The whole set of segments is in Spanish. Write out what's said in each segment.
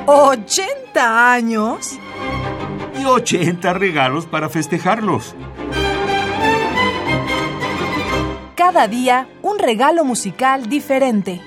¿80 años? Y 80 regalos para festejarlos. Cada día un regalo musical diferente.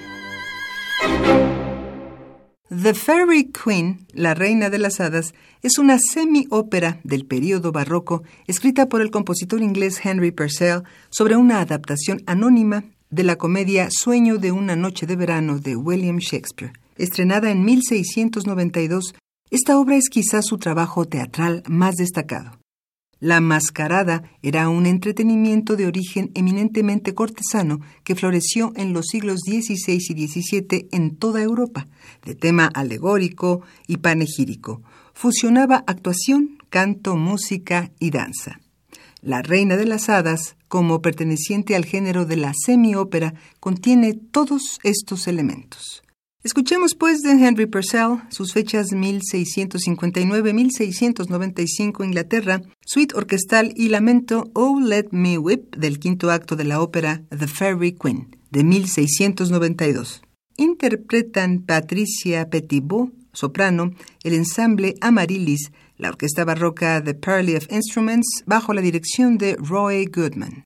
The Fairy Queen, la Reina de las Hadas, es una semi-ópera del período barroco escrita por el compositor inglés Henry Purcell sobre una adaptación anónima de la comedia Sueño de una noche de verano de William Shakespeare. Estrenada en 1692, esta obra es quizás su trabajo teatral más destacado. La mascarada era un entretenimiento de origen eminentemente cortesano que floreció en los siglos XVI y XVII en toda Europa, de tema alegórico y panegírico. Fusionaba actuación, canto, música y danza. La Reina de las Hadas, como perteneciente al género de la semiópera, contiene todos estos elementos. Escuchemos pues de Henry Purcell, sus fechas 1659-1695 Inglaterra, suite orquestal y lamento Oh Let Me Weep del quinto acto de la ópera The Fairy Queen de 1692. Interpretan Patricia Petitot, soprano, el ensamble Amaryllis, la orquesta barroca The Parley of Instruments, bajo la dirección de Roy Goodman.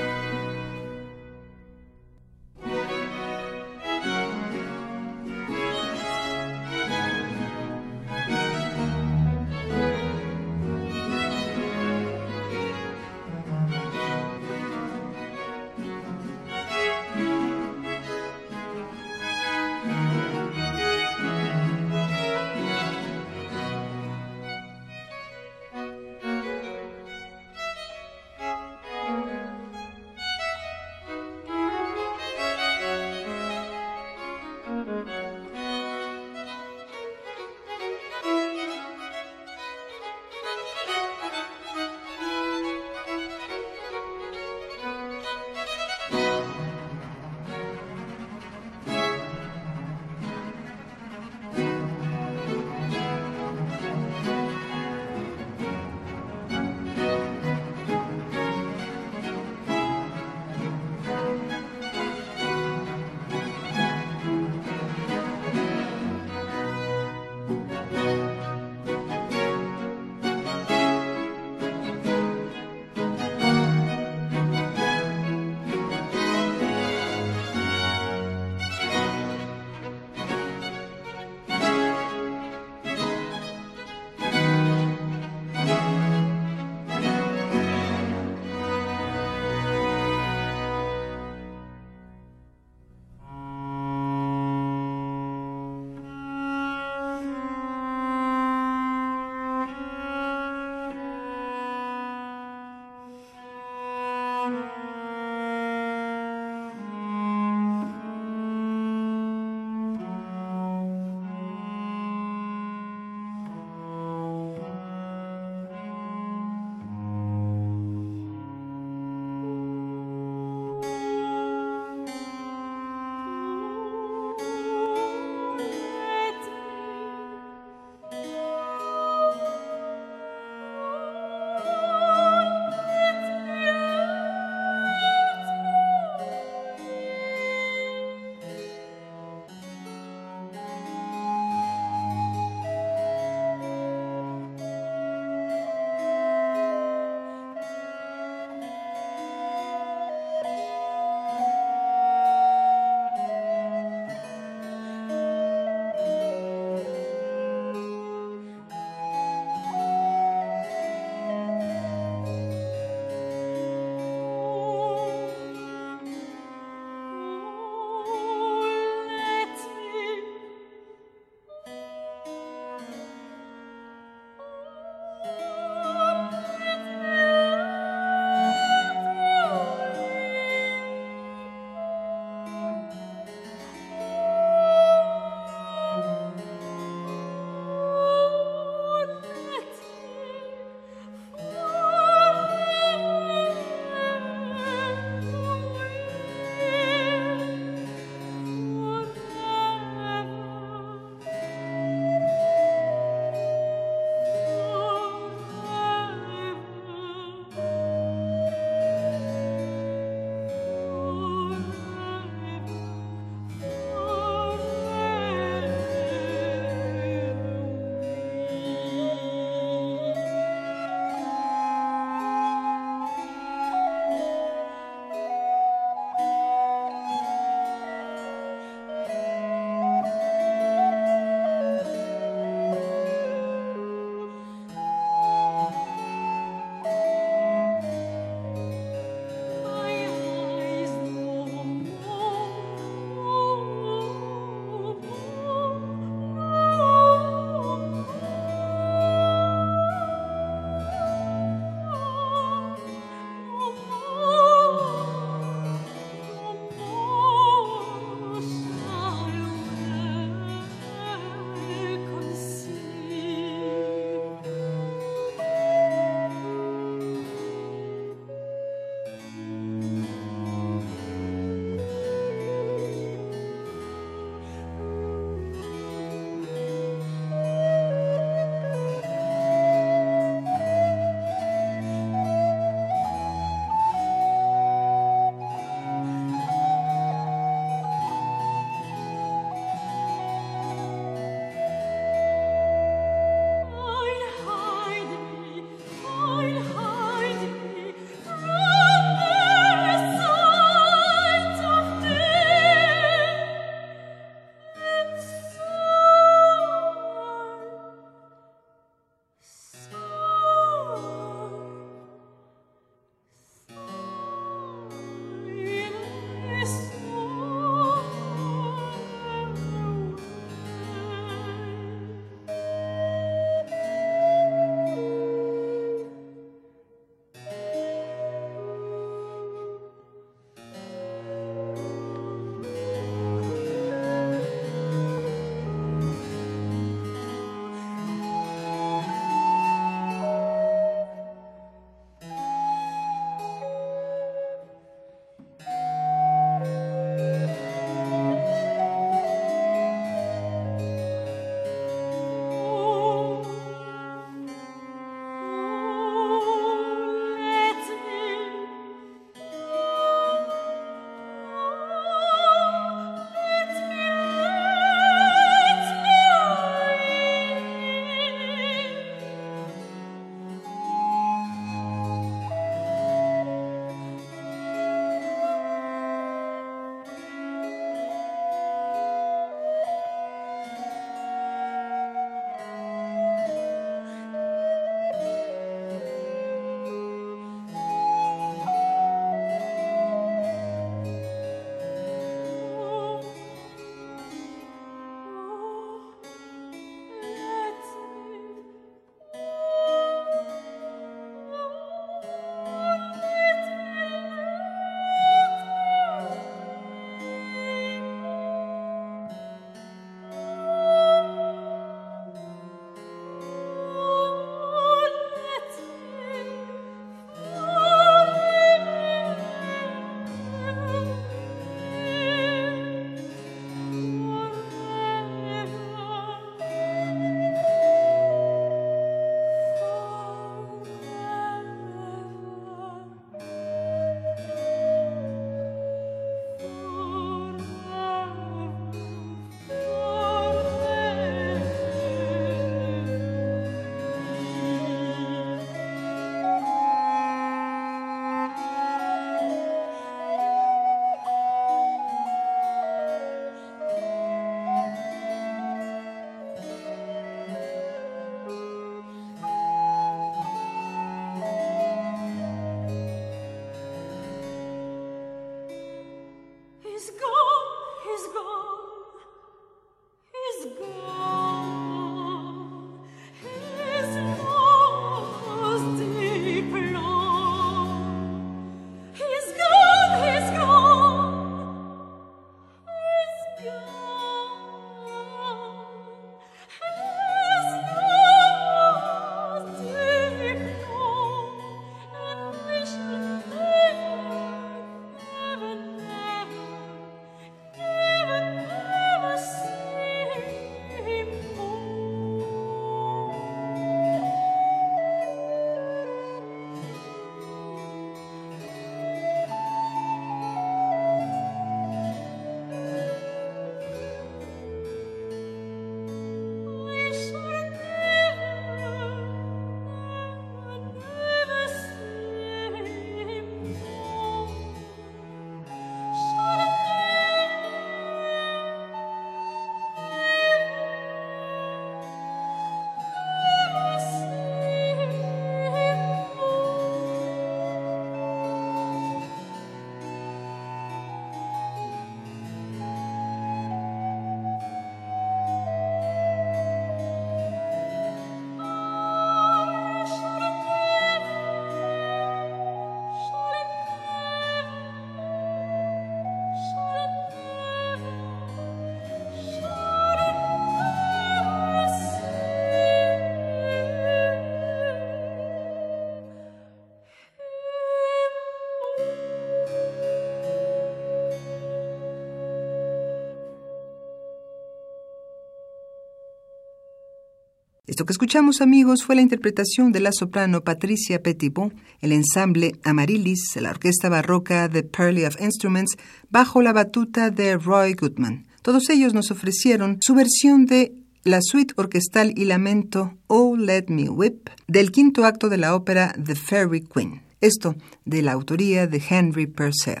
Esto que escuchamos, amigos, fue la interpretación de la soprano Patricia Petitbon, el ensamble Amaryllis, la orquesta barroca The Purley of Instruments, bajo la batuta de Roy Goodman. Todos ellos nos ofrecieron su versión de la suite orquestal y lamento Oh Let Me Weep, del quinto acto de la ópera The Fairy Queen. Esto de la autoría de Henry Purcell.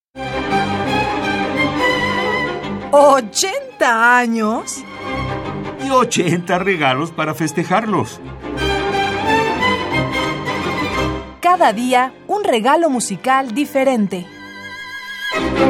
80 años. Y 80 regalos para festejarlos. Cada día un regalo musical diferente.